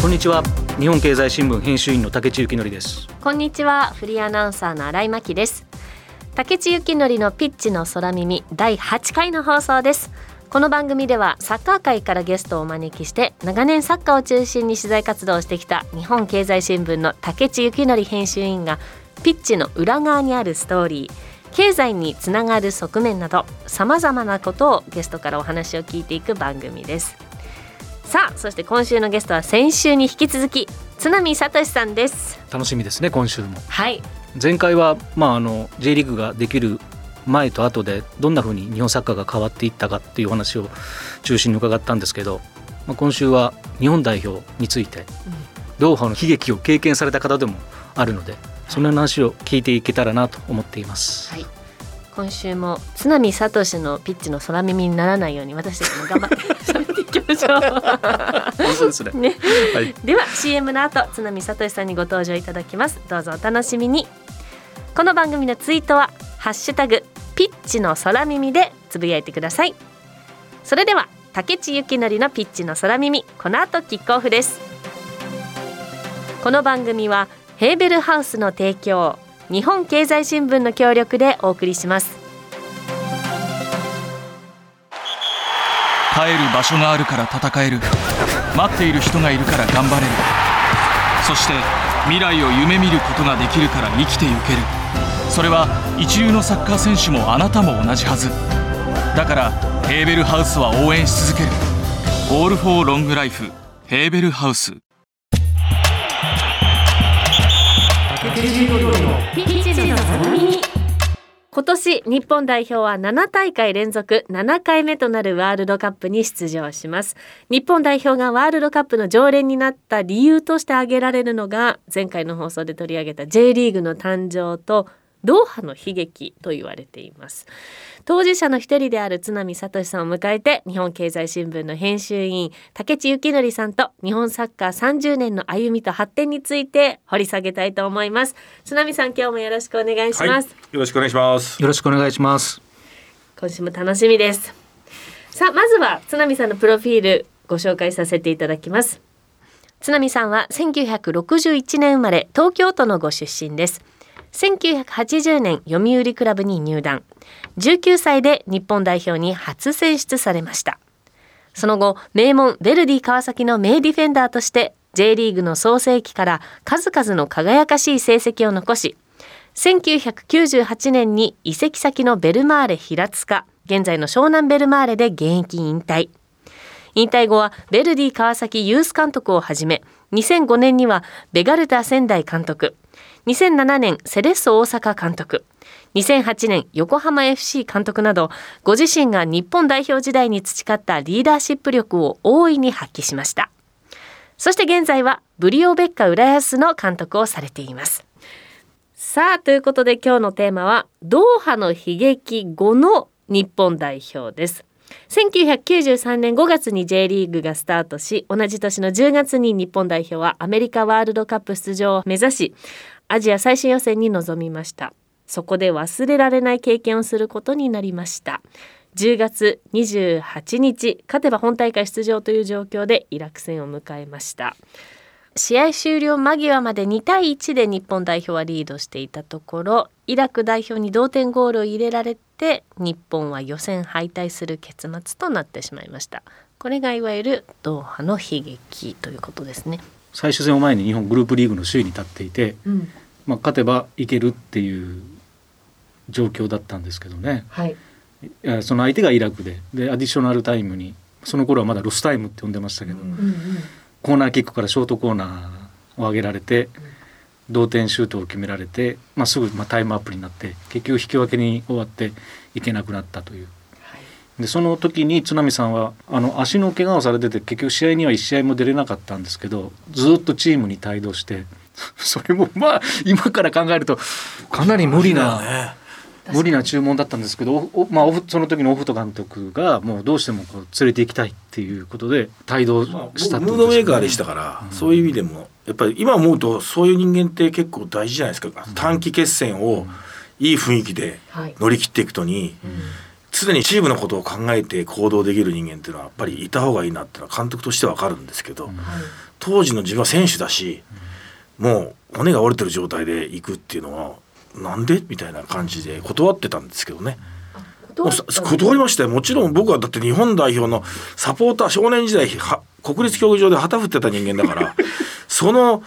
こんにちは。日本経済新聞編集員の竹地幸則です。 こんにちは。フリーアナウンサーの新井真希です。竹地幸則のピッチの空耳第8回の放送です。この番組ではサッカー界からゲストをお招きして長年サッカーを中心に取材活動をしてきた日本経済新聞の竹地幸則編集員がピッチの裏側にあるストーリー、経済につながる側面などさまざまなことをゲストからお話を聞いていく番組です。さあ、そして今週のゲストは先週に引き続き津波聡さんです。 楽しみですね。今週も、 はい、 前回は、J リーグができる前と後でどんな風に日本サッカーが変わっていったかっていう話を中心に伺ったんですけど、今週は日本代表について、ドーハの悲劇を経験された方でもあるので、その話を聞いていけたらなと思っています。 はい、今週も津波聡のピッチの空耳にならないように私たちも頑張って喋っていきましょう。 本当ですね。はい、 では CM の後、津波聡さんにご登場いただきます。どうぞお楽しみに。この番組のツイートはハッシュタグピッチの空耳でつぶやいてください。それでは竹地幸則のピッチの空耳、この後キックオフです。この番組はヘーベルハウスの提供、日本経済新聞の協力でお送りします。 帰る場所があるから戦える、待っている人がいるから頑張れる、そして未来を夢見ることができるから生きてゆける。それは一流のサッカー選手もあなたも同じはずだから、ヘーベルハウスは応援し続ける。オールフォーロングライフ、ヘーベルハウス。 今年日本代表は7大会連続7回目となるワールドカップに出場します。日本代表がワールドカップの常連になった理由として挙げられるのが、前回の放送で取り上げた J リーグの誕生とドーハの悲劇と言われています。当事者の一人である津波聡さんを迎えて、日本経済新聞の編集員竹地幸則さんと日本サッカー30年の歩みと発展について掘り下げたいと思います。津波さん、今日もよろしくお願いします。 はい、よろしくお願いします。 よろしくお願いします。 今週も楽しみです。さあ、まずは津波さんのプロフィールご紹介させていただきます。津波さんは1961年生まれ、東京都のご出身です。1980年読売クラブに入団、19歳で日本代表に初選出されました。その後、名門ヴェルディ川崎の名ディフェンダーとして J リーグの創世期から数々の輝かしい成績を残し、1998年に移籍先のベルマーレ平塚、現在の湘南ベルマーレで現役引退。引退後はヴェルディ川崎ユース監督をはじめ、2005年にはベガルタ仙台監督、2007年セレッソ大阪監督、2008年横浜 FC 監督など、ご自身が日本代表時代に培ったリーダーシップ力を大いに発揮しました。そして現在はブリオベッカ浦安の監督をされています。さあ、ということで今日のテーマはドーハの悲劇後の日本代表です。1993年5月に J リーグがスタートし、同じ年の10月に日本代表はアメリカワールドカップ出場を目指し、アジア最終予選に臨みました。そこで忘れられない経験をすることになりました。10月28日、勝てば本大会出場という状況でイラク戦を迎えました。試合終了間際まで2対1で日本代表はリードしていたところ、イラク代表に同点ゴールを入れられて、日本は予選敗退する結末となってしまいました。これがいわゆるドーハの悲劇ということですね。 最終戦を前に日本グループリーグの首位に立っていて、勝てばいけるっていう状況だったんですけどね、 はい、 その相手がイラクで、アディショナルタイムに、その頃はまだロスタイムって呼んでましたけど、コーナーキックからショートコーナーを上げられて、同点シュートを決められて、すぐタイムアップになって、結局引き分けに終わっていけなくなったという。でその時に津波さんは足の怪我をされてて、結局試合には1試合も出れなかったんですけど、ずっとチームに帯同してそれも今から考えるとかなり無理な注文だったんですけど、その時のオフト監督がもうどうしても連れて行きたいっていうことで帯同したってことですね。 ムードメーカーでしたから、そういう意味でもやっぱり今思うとそういう人間って結構大事じゃないですか。短期決戦をいい雰囲気で乗り切っていくとに、 常にチームのことを考えて行動できる人間っていうのはやっぱりいた方がいいなっていうのは監督としては分かるんですけど、当時の自分は選手だし、もう骨が折れてる状態で行くっていうのはなんでみたいな感じで断ってたんですけどね。断りましたよ。もちろん僕はだって日本代表のサポーター、少年時代国立競技場で旗振ってた人間だからその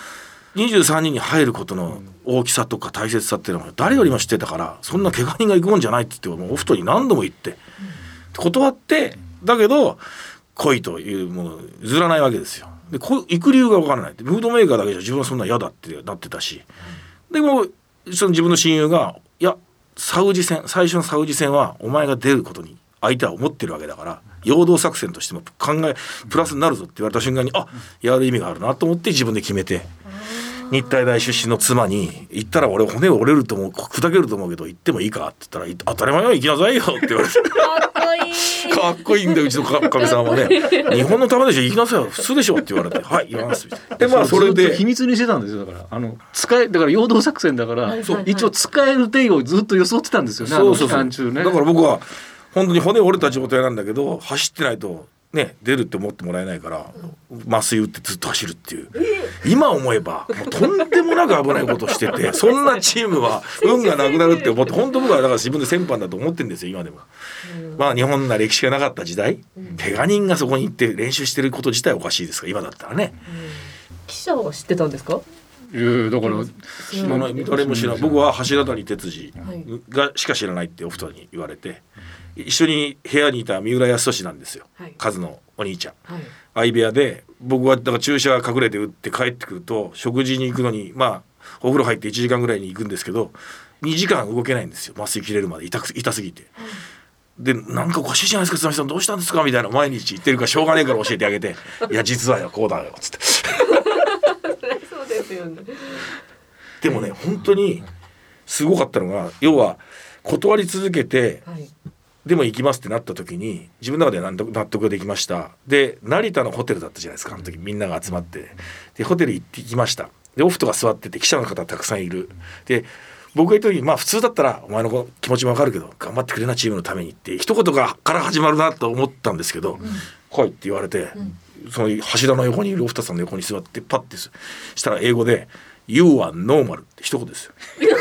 23人に入ることの大きさとか大切さっていうのは誰よりも知ってたから、そんな怪我人が行くもんじゃないって言ってもうオフトに何度も言って断って、だけど来いというものを譲らないわけですよ。で行く理由が分からない。ムードメーカーだけじゃ自分はそんな嫌だってなってたし、でもその自分の親友がいや最初のサウジ戦はお前が出ることに相手は思ってるわけだから陽動作戦としてもプラスになるぞって言われた瞬間にやる意味があるなと思って自分で決めて、日体大出身の妻に行ったら俺骨折れると思う砕けると思うけど行ってもいいかって言ったら当たり前は行きなさいよって言われてかっこいいんだようちのかみさんはね日本のためでしょ行きなさいよ普通でしょって言われてはい行きますみたいな。でまあそれで秘密にしてたんですよ。だからだから陽動作戦だから、一応使える手をずっと装ってたんですよね。期間中ね。 だから僕は本当に骨折れた状態なんだけど走ってないとね出るって思ってもらえないから麻酔打ってずっと走るっていう、今思えばもうとんでもなく危ないことをしててそんなチームは運がなくなるって思って、本当僕はだから自分で先般だと思ってるんですよ今でも。まあ日本な歴史がなかった時代、怪我人がそこに行って練習してること自体おかしいですから今だったらね。 記者は知ってたんですか？ だから誰も知らない。僕は柱谷哲司がしか知らないってオフトに言われて、一緒に部屋にいた三浦康俊なんですよ、カズのお兄ちゃん、相部屋で僕はだから注射隠れて打って帰ってくると食事に行くのにお風呂入って1時間ぐらいに行くんですけど2時間動けないんですよ。麻酔切れるまで痛すぎて。でなんかおかしいじゃないですか津波さんどうしたんですかみたいな毎日言ってるからしょうがねえから教えてあげていや実はよこうだよつってそうですよね。 でもね本当にすごかったのが要は断り続けて、でも行きますってなった時に自分の中では納得ができました。で成田のホテルだったじゃないですかあの時みんなが集まって、でホテル行ってきました。でオフトが座ってて記者の方たくさんいる。で僕が言った時に普通だったらお前の気持ちも分かるけど頑張ってくれなチームのためにって一言から始まるなと思ったんですけど、来いって言われて、その柱の横にいるオフタさんの横に座ってパッてしたら英語でYou are normal って一言ですよ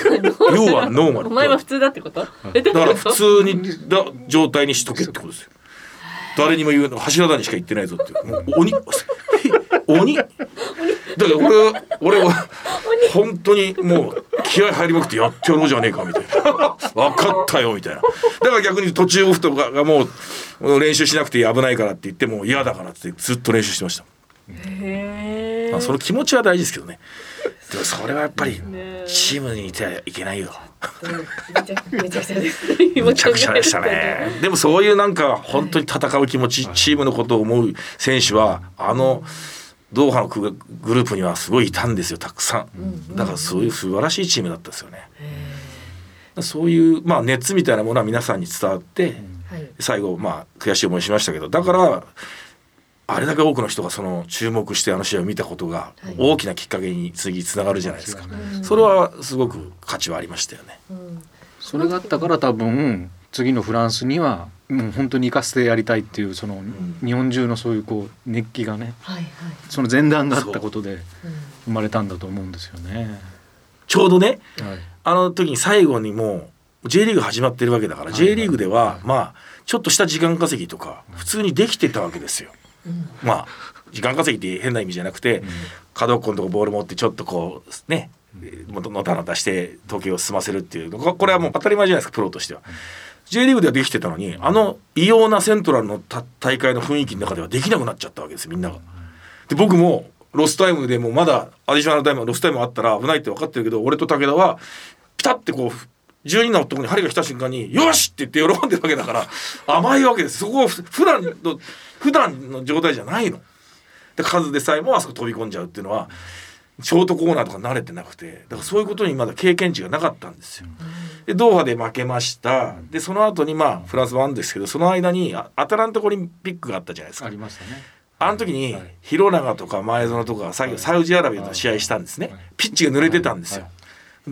You are normal お前は普通だってこと？だから普通に状態にしとけってことですよ。誰にも言うの柱田にしか言ってないぞってもう鬼だから俺は本当にもう気合入りまくってやってやろうじゃねえかみたいな分かったよみたいな。だから逆に途中オフとかがもう練習しなくて危ないからって言っても嫌だからってずっと練習してました。その気持ちは大事ですけどね。でもそれはやっぱりチームにいてはいけないよ。 めちゃくちゃですめちゃくちゃでしたね。でもそういうなんか本当に戦う気持ち、チームのことを思う選手はドーハのグループにはすごいいたんですよたくさん。だからそういう素晴らしいチームだったですよね。そういう熱みたいなものは皆さんに伝わって、最後悔しい思いしましたけど、だからあれだけ多くの人がその注目して試合を見たことが大きなきっかけに次つながるじゃないですか。それはすごく価値はありましたよね。 それがあったから多分次のフランスにはもう本当に行かせてやりたいっていうその日本中のそういう熱気がね、その前段があったことで生まれたんだと思うんですよね。 ちょうどね、あの時に最後にもう J リーグ始まってるわけだから、J リーグではちょっとした時間稼ぎとか普通にできてたわけですよ。時間稼ぎって変な意味じゃなくて、角っこのとこボール持ってちょっとのたのたして時計を進ませるっていうのこれはもう当たり前じゃないですかプロとしては。J リーグではできてたのに異様なセントラルの大会の雰囲気の中ではできなくなっちゃったわけですみんなが。で僕もロスタイムでもまだアディショナルタイムロスタイムあったら危ないって分かってるけど、俺と武田はピタって12のところに針が来た瞬間によしって言って喜んでるわけだから甘いわけです。そこを普段の状態じゃないので、数でさえもあそこ飛び込んじゃうっていうのはショートコーナーとか慣れてなくて、だからそういうことにまだ経験値がなかったんですよ。でドーハで負けました。でその後にフランスもあるんですけど、その間にアタランタオリンピックがあったじゃないですか。 ありましたね。 あの時に広永とか前園とかサウジアラビアと試合したんですね。ピッチが濡れてたんですよ。で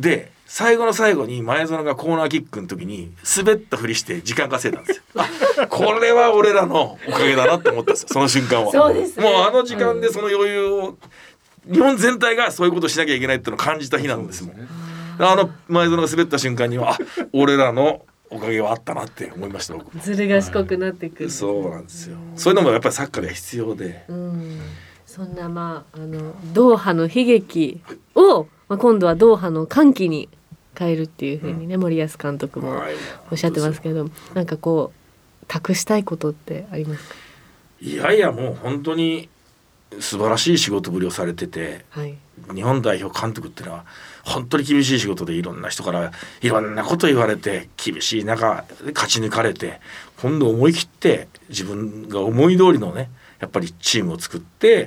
最後の最後に前園がコーナーキックの時に滑ったふりして時間稼いだんですよ。これは俺らのおかげだなって思ったんですよ、その瞬間は。 そうですね、 もうあの時間でその余裕を、日本全体がそういうことをしなきゃいけないっていうのを感じた日なんですもん。前園が滑った瞬間には俺らのおかげはあったなって思いました。僕ずる賢くなってくる、 そうなんですよ。そういうのもやっぱりサッカーでは必要で、 そんなドーハの悲劇を、今度はドーハの歓喜に変えるっていう風にね、森保監督もおっしゃってますけど、なんかこう託したいことってありますか？ いやいや、もう本当に素晴らしい仕事ぶりをされてて、日本代表監督っていうのは本当に厳しい仕事で、いろんな人からいろんなこと言われて、厳しい中で勝ち抜かれて、今度思い切って自分が思い通りのね、やっぱりチームを作って、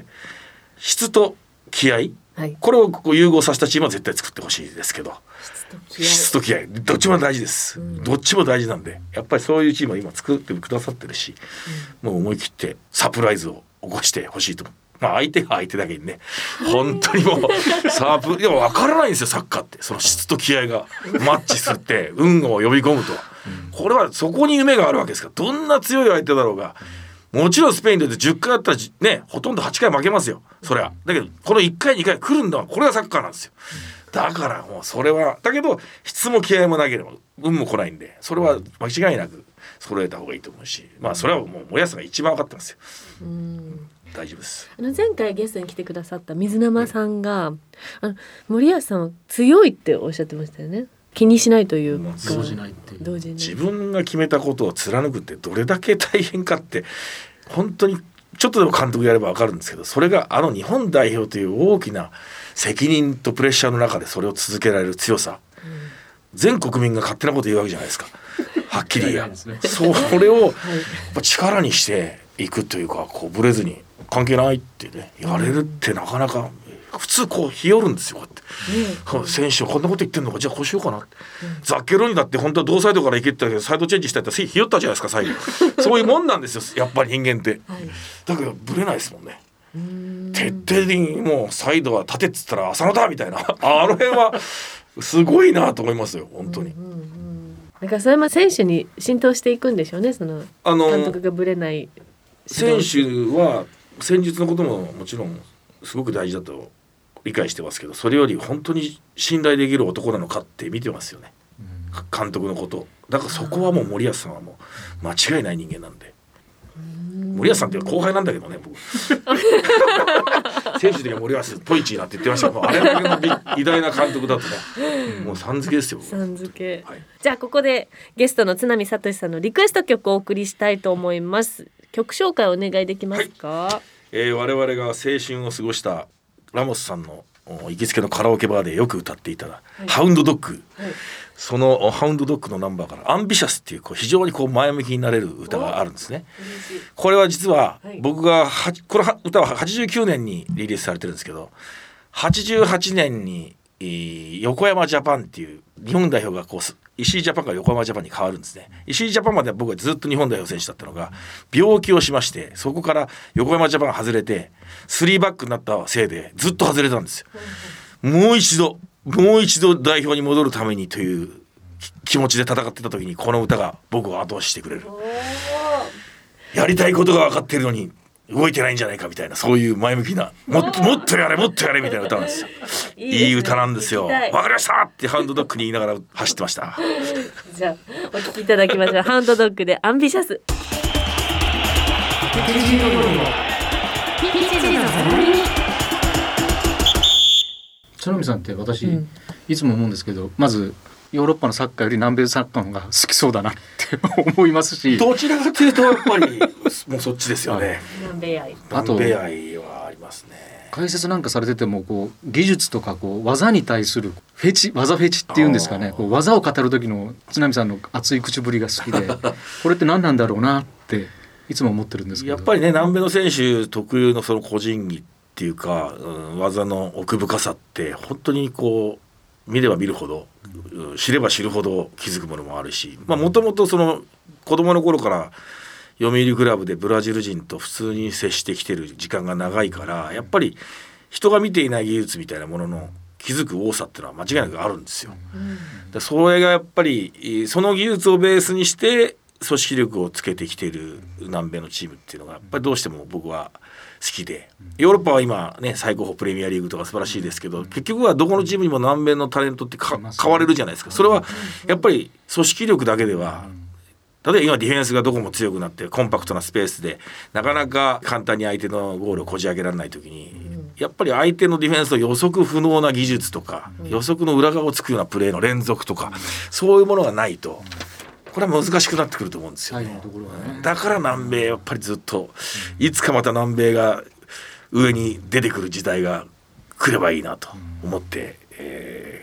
質と気合、これを融合させたチームは絶対作ってほしいですけど、質と気合どっちも大事です、どっちも大事なんで、やっぱりそういうチームは今作ってくださってるし、もう思い切ってサプライズを起こしてほしいと思う。相手が相手だけにね、本当にもういや分からないんですよ、サッカーって。その質と気合がマッチするって運を呼び込むと、これはそこに夢があるわけですから。どんな強い相手だろうが、もちろんスペインで10回あったらね、ほとんど8回負けますよ、そりゃ。だけどこの1回2回来るんだ、これがサッカーなんですよ。だからもうそれはだけど、質も気合もなければ運も来ないんで、それは間違いなく揃えた方がいいと思うし、それはもう森保さんが一番分かってますよ。大丈夫です。 前回ゲストに来てくださった水生さんが、森保さんは強いっておっしゃってましたよね。気にしないというか、 動じないっていう、 自分が決めたことを貫くってどれだけ大変かって、本当にちょっとでも監督やれば分かるんですけど、それが日本代表という大きな責任とプレッシャーの中でそれを続けられる強さ、全国民が勝手なこと言うわけじゃないですか、はっきり言うそれを力にしていくというか、ブレずに関係ないってね言われるってなかなか、普通日和るんですよ、こうやって、選手はこんなこと言ってんのか、じゃあこうしようかなって、ザッケローニだって本当は同サイドから行けって言ったけど、サイドチェンジしたら日和ったじゃないですか最後そういうもんなんですよ、やっぱり人間って、だけどブレないですもんね。徹底的にもうサイドは立てっつったら浅野だみたいなあの辺はすごいなと思いますよ、本当に。 だからそれも選手に浸透していくんでしょうね、その監督がブレない。 選手は戦術のことももちろんすごく大事だと理解してますけど、それより本当に信頼できる男なのかって見てますよね、監督のこと。だからそこはもう森保さんはもう間違いない人間なんで。森保さんって後輩なんだけどね、僕選手では森保トイチーなって言ってましたけど、あれだけの偉大な監督だとね、もうさん付けですよ。 さん付け、じゃあここでゲストの津波聡さんのリクエスト曲をお送りしたいと思います。曲紹介お願いできますか？ 我々が青春を過ごしたラモスさんの行きつけのカラオケバーでよく歌っていたハウンドドッグ、そのハウンドドッグのナンバーからアンビシャスっていう非常に前向きになれる歌があるんですね。これは実は僕がこの歌は89年にリリースされてるんですけど、88年に横山ジャパンっていう日本代表が石井ジャパンが横山ジャパンに変わるんですね。石井ジャパンまでは僕はずっと日本代表選手だったのが病気をしまして、そこから横山ジャパンが外れて3バックになったせいでずっと外れたんですよ。もう一度代表に戻るためにという気持ちで戦ってた時に、この歌が僕を後押ししてくれる。やりたいことが分かってるのに動いてないんじゃないかみたいな、そういう前向きな、もっとやれみたいな歌なんですよ。いい歌なんですよ。わかりましたってハウンドドッグに言いながら走ってました。 じゃあお聞きいただきましょう。ハウンドドッグでアンビシャス。 津波さんって私、いつも思うんですけど、まずヨーロッパのサッカーより南米サッカーの方が好きそうだなって思いますし、 どちらかというとやっぱりもうそっちですよね。 南米愛はありますね。 解説なんかされてても技術とか技に対する技フェチっていうんですかね、技を語る時の津波さんの熱い口ぶりが好きでこれって何なんだろうなっていつも思ってるんですけど、 やっぱりね、南米の選手特有のその個人技っていうか、技の奥深さって本当に見れば見るほど、知れば知るほど気づくものもあるし、もともとその子供の頃から読売クラブでブラジル人と普通に接してきてる時間が長いから、やっぱり人が見ていない技術みたいなものの気づく多さっていうのは間違いなくあるんですよ。でそれがやっぱりその技術をベースにして組織力をつけてきている南米のチームっていうのがやっぱりどうしても僕は好きで、ヨーロッパは今ね最高峰プレミアリーグとか素晴らしいですけど、結局はどこのチームにも南米のタレントって変われるじゃないですか。それはやっぱり組織力だけでは、例えば今ディフェンスがどこも強くなってコンパクトなスペースでなかなか簡単に相手のゴールをこじ開けられない時に、やっぱり相手のディフェンスの予測不能な技術とか、予測の裏側をつくようなプレーの連続とか、そういうものがないとこれは難しくなってくると思うんですよね。だから南米やっぱりずっといつかまた南米が上に出てくる時代が来ればいいなと思って、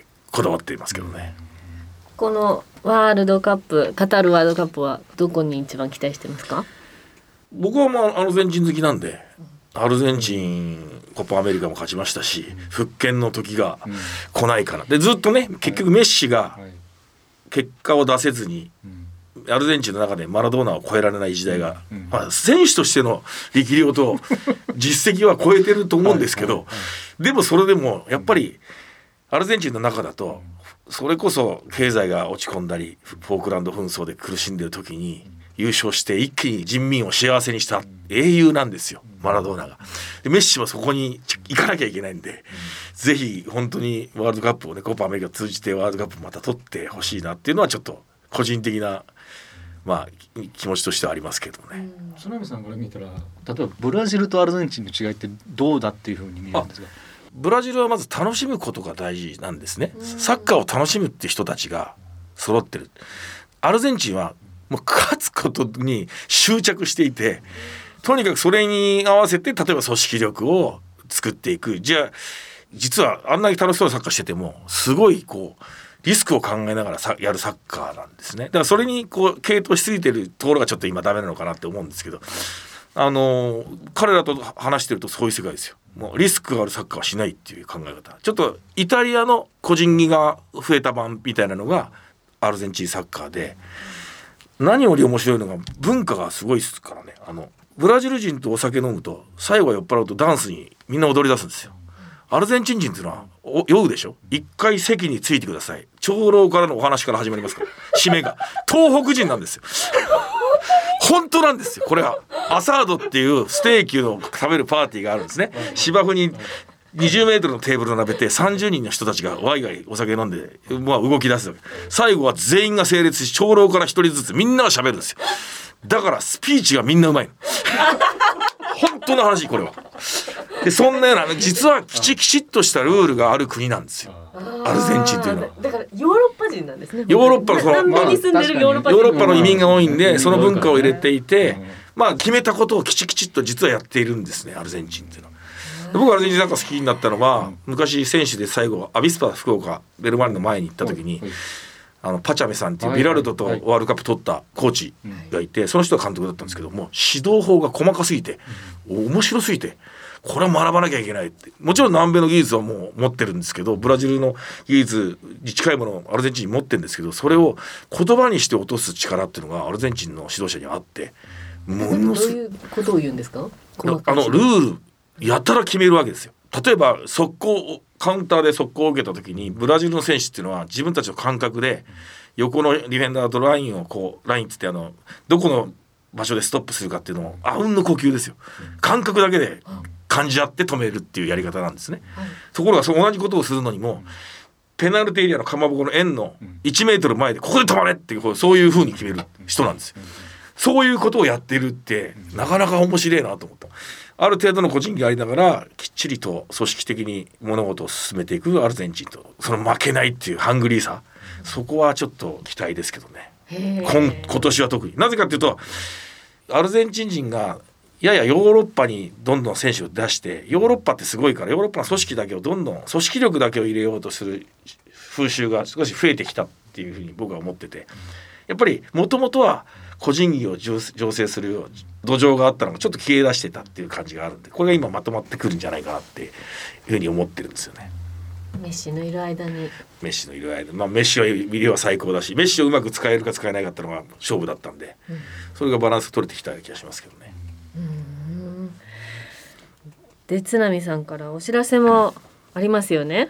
こだわっていますけどね。 このワールドカップ、カタールワールドカップはどこに一番期待してますか？ 僕はアルゼンチン好きなんで、アルゼンチンコパアメリカも勝ちましたし、復権の時が来ないかなでずっとね、結局メッシが結果を出せずにアルゼンチンの中でマラドーナを超えられない時代が、選手としての力量と実績は超えてると思うんですけど、でもそれでもやっぱりアルゼンチンの中だとそれこそ経済が落ち込んだりフォークランド紛争で苦しんでる時に優勝して一気に人民を幸せにした英雄なんですよ、マラドーナが。でメッシもそこに行かなきゃいけないんで、ぜひ本当にワールドカップをね、コパアメリカを通じてワールドカップまた取ってほしいなっていうのはちょっと個人的な気持ちとしてはありますけどね。 曽波さんから見たら、例えばブラジルとアルゼンチンの違いってどうだっていうふうに見えるんですか？ ブラジルはまず楽しむことが大事なんですね。サッカーを楽しむって人たちが揃ってる。アルゼンチンはもう勝つことに執着していて、とにかくそれに合わせて例えば組織力を作っていく。じゃあ実はあんなに楽しそうなサッカーしててもすごいリスクを考えながらやるサッカーなんですね。だからそれに傾倒しすぎてるところがちょっと今ダメなのかなって思うんですけど、彼らと話してるとそういう世界ですよ。もうリスクがあるサッカーはしないっていう考え方、ちょっとイタリアの個人技が増えた版みたいなのがアルゼンチンサッカーで、何より面白いのが文化がすごいですからね。ブラジル人とお酒飲むと最後は酔っ払うとダンスにみんな踊り出すんですよ。アルゼンチン人っていうのは酔うでしょ。一回席についてください、長老からのお話から始まりますから締めが東北人なんですよ本当なんですよ。これはアサードっていうステーキを食べるパーティーがあるんですね。芝生に20メートルのテーブルを並べて30人の人たちがワイワイお酒飲んで、動き出すわけ。最後は全員が整列し、長老から一人ずつみんなが喋るんですよ。だからスピーチがみんなうまいの本当の話これは。でそんなような実はきちっとしたルールがある国なんですよ、アルゼンチンというのは。 だからヨーロッパ人なんですね。 ヨーロッパの南米に住んでるヨーロッパ人、 ヨーロッパの移民が多いんで、その文化を入れていて、決めたことをきちっと実はやっているんですね、アルゼンチンっていうのは。僕アルゼンチンなんか好きになったのは、昔選手で最後アビスパ福岡ベルマーレの前に行った時に、パチャメさんっていうビラルドとワールドカップ取ったコーチがいて、その人が監督だったんですけども、指導法が細かすぎて面白すぎて、これは学ばなきゃいけないって。もちろん南米の技術はもう持ってるんですけど、ブラジルの技術に近いものをアルゼンチンに持ってるんですけど、それを言葉にして落とす力っていうのがアルゼンチンの指導者にあって、ものすごい。 どういうことを言うんですか？ ルールやたら決めるわけですよ。例えばカウンターで速攻を受けた時に、ブラジルの選手っていうのは自分たちの感覚で横のディフェンダーとラインをラインって言ってどこの場所でストップするかっていうのをあうんの呼吸ですよ。感覚だけで感じ合って止めるっていうやり方なんですね。ところが同じことをするのにも、ペナルティエリアのかまぼこの円の1メートル前でここで止まれっていう、そういう風に決める人なんですよ。そういうことをやってるってなかなか面白いなと思った。ある程度の個人技ありながらきっちりと組織的に物事を進めていくアルゼンチンと、その負けないっていうハングリーさ、そこはちょっと期待ですけどね。今年は特になぜかっていうと、アルゼンチン人がややヨーロッパにどんどん選手を出して、ヨーロッパってすごいからヨーロッパの組織だけをどんどん組織力だけを入れようとする風習が少し増えてきたっていうふうに僕は思ってて、やっぱりもともとは個人技を醸成する土壌があったのがちょっと消え出してたっていう感じがあるんで、これが今まとまってくるんじゃないかなっていうふうに思ってるんですよね。 メッシのいる間に。 メッシのいる間、メッシは最高だし、メッシをうまく使えるか使えないかっていうのが勝負だったんで、それがバランス取れてきた気がしますけどね。 で津波さんからお知らせもありますよね。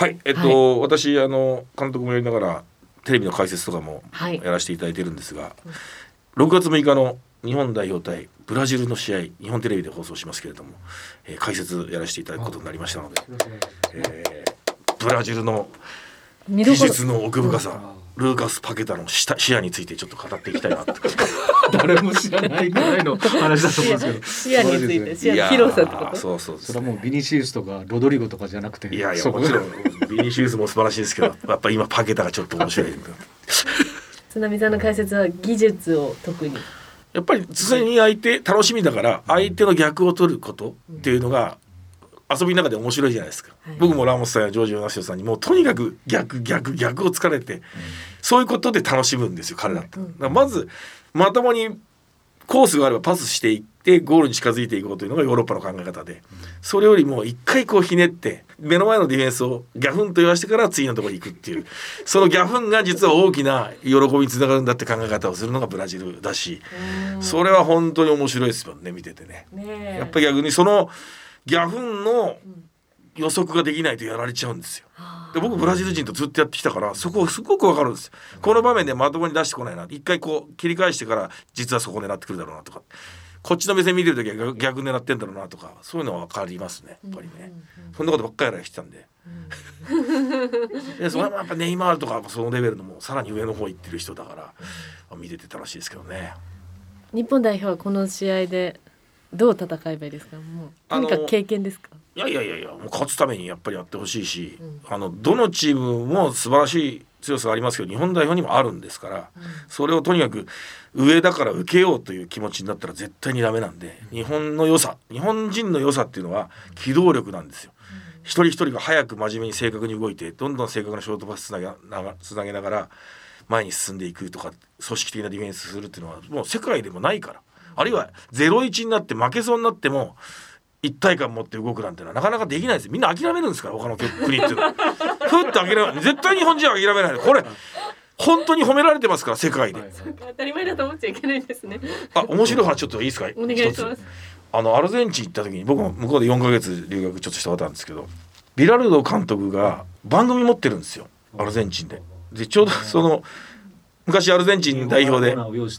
はい、私監督もやりながらテレビの解説とかもやらせていただいているんですが、6月6日の日本代表対ブラジルの試合、日本テレビで放送しますけれども、解説やらせていただくことになりましたので、ブラジルの技術の奥深さ、ルーカス・パケタの視野についてちょっと語っていきたいなと誰も知らないぐらいの話だと思うんですけど視野について、視野の広さってこと？ そうですね、 それはもうビニシウスとかロドリゴとかじゃなくて、 いやもちろんビニシウスも素晴らしいですけどやっぱり今パケタがちょっと面白い津波さんの解説は技術を特にやっぱり常に相手楽しみだから相手の逆を取ることっていうのが遊びの中で面白いじゃないですか、僕もラモスさんやジョージ・ヨナシオさんにもうとにかく逆を突かれて、そういうことで楽しむんですよ彼だって、だからまずまともにコースがあればパスしていってゴールに近づいていこうというのがヨーロッパの考え方で、それよりも一回こうひねって目の前のディフェンスをギャフンと言わしてから次のところに行くっていう、そのギャフンが実は大きな喜びにつながるんだって考え方をするのがブラジルだし、それは本当に面白いですよね、見ててね。やっぱり逆にそのギャフンの予測ができないとやられちゃうんですよ。で僕ブラジル人とずっとやってきたからそこすごく分かるんですよ。この場面でまともに出してこないな、一回こう切り返してから実はそこ狙ってくるだろうなとか、こっちの目線見てるときは逆狙ってんだろうなとか、そういうのは分かりますね、やっぱりね、そんなことばっかりやらしてたんで、でそれもやっぱネイマールとかそのレベルのもうさらに上の方行ってる人だから見てて楽しいですけどね。 日本代表はこの試合でどう戦えばいいですか？もうとにかく経験ですか？ いやもう勝つためにやっぱりやってほしいし、どのチームも素晴らしい強さがありますけど日本代表にもあるんですから、それをとにかく上だから受けようという気持ちになったら絶対にダメなんで、日本の良さ、日本人の良さっていうのは機動力なんですよ。一人一人が早く真面目に正確に動いてどんどん正確なショートパスつなげながら前に進んでいくとか組織的なディフェンスするっていうのはもう世界でもないから、あるいは 0-1 になって負けそうになっても一体感持って動くなんてのはなかなかできないです。みんな諦めるんですから、他の国っていうのはふっと諦めない。絶対日本人は諦めない。これ本当に褒められてますから世界で、 当たり前だと思っちゃいけないんですね。 面白い話ちょっといいですか？ お願いします。 アルゼンチン行った時に僕も向こうで4ヶ月留学ちょっとしたことあるんですけど、ビラルド監督が番組持ってるんですよ、アルゼンチンで。でちょうどその昔アルゼンチン代表で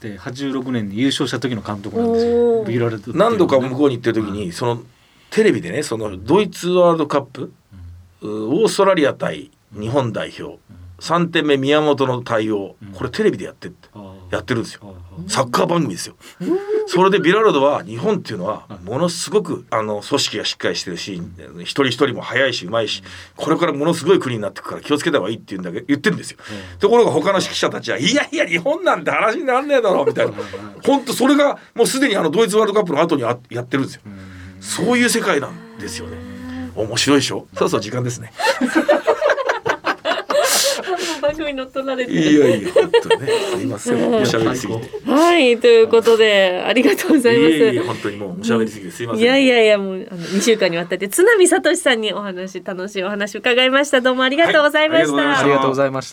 86年に優勝した時の監督なんですよ。ビラルド何度か向こうに行ってる時にそのテレビでね、そのドイツワールドカップ、オーストラリア対日本代表、3点目宮本の対応、これテレビでやってるんですよ。サッカー番組ですよ。それでビラルドは日本っていうのはものすごく組織がしっかりしてるし、一人一人も速いしうまいし、これからものすごい国になっていくから気をつけた方がいいって言ってるんですよ。ところが他の指揮者たちはいや日本なんて話にならねえだろうみたいな、本当それがもうすでにドイツワールドカップの後にやってるんですよ。そういう世界なんですよね。面白いでしょ。そう時間ですね。 番組乗っ取られていや本当ね、すいません、おしゃべりすぎて。 はいということでありがとうございます。 いや本当にもうおしゃべりすぎてすいません。 いやもう2週間にわたって津波聡さんに楽しいお話伺いました。どうもありがとうございました。 ありがとうございました。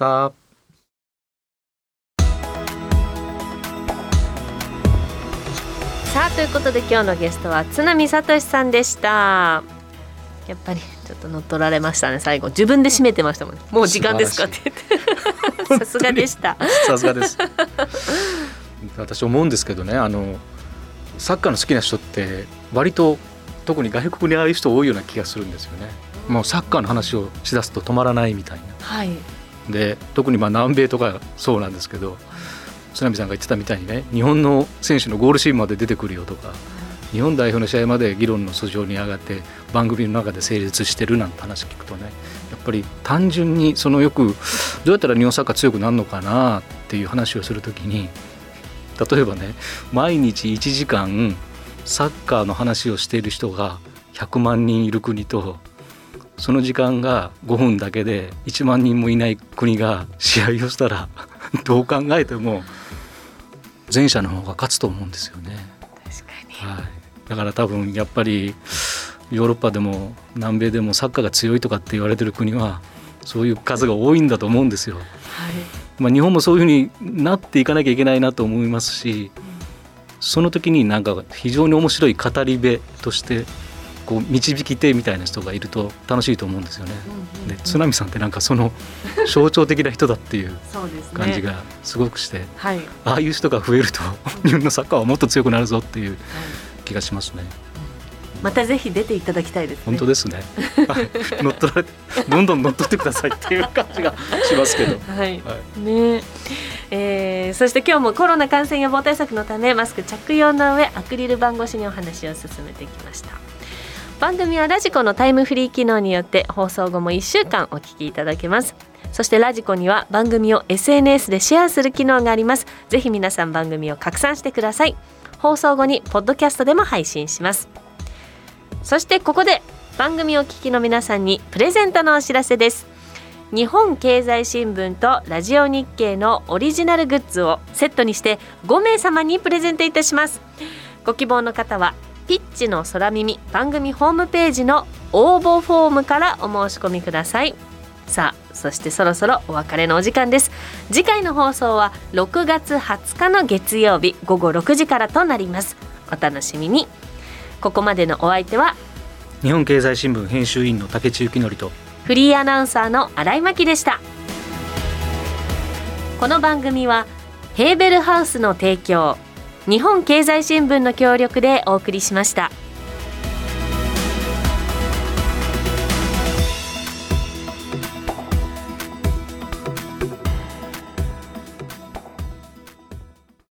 さあということで今日のゲストは津波聡さんでした。やっぱりちょっと乗っ取られましたね。最後自分で締めてましたもんね。もう時間ですかって言ってさすがでした。 さすがです。私思うんですけどね、サッカーの好きな人って割と特に外国にああいう人多いような気がするんですよね。もうサッカーの話をしだすと止まらないみたいな、で特に南米とかそうなんですけど、津波さんが言ってたみたいにね、日本の選手のゴールシーンまで出てくるよとか、日本代表の試合まで議論の訴状に上がって番組の中で成立してるなんて話聞くとね、やっぱり単純によくどうやったら日本サッカー強くなるのかなっていう話をするときに、例えばね、毎日1時間サッカーの話をしている人が100万人いる国と、その時間が5分だけで1万人もいない国が試合をしたらどう考えても前者の方が勝つと思うんですよね。 確かに、 だから多分やっぱりヨーロッパでも南米でもサッカーが強いとかって言われてる国はそういう数が多いんだと思うんですよ。日本もそういうふうになっていかなきゃいけないなと思いますし、その時に非常に面白い語り部としてこう導き手みたいな人がいると楽しいと思うんですよね。で津波さんってなんかその象徴的な人だっていう感じがすごくして、はい、ああいう人が増えると日本のサッカーはもっと強くなるぞっていう気がしますね。 またぜひ出ていただきたいですね。 本当ですね乗っ取られどんどん乗っ取ってくださいっていう感じがしますけど、 はいはい、ねそして今日もコロナ感染予防対策のためマスク着用の上アクリル板越しにお話を進めてきました。番組はラジコのタイムフリー機能によって放送後も1週間お聞きいただけます。そしてラジコには番組を SNS でシェアする機能があります。ぜひ皆さん番組を拡散してください。放送後にポッドキャストでも配信します。そしてここで番組を聞きの皆さんにプレゼントのお知らせです。日本経済新聞とラジオ日経のオリジナルグッズをセットにして5名様にプレゼントいたします。ご希望の方はピッチの空耳番組ホームページの応募フォームからお申し込みください。さあそしてそろそろお別れのお時間です。次回の放送は6月20日の月曜日午後6時からとなります。お楽しみに。ここまでのお相手は日本経済新聞編集員の竹地幸則とフリーアナウンサーの新井真希でした。この番組はヘーベルハウスの提供、日本経済新聞の協力でお送りしました。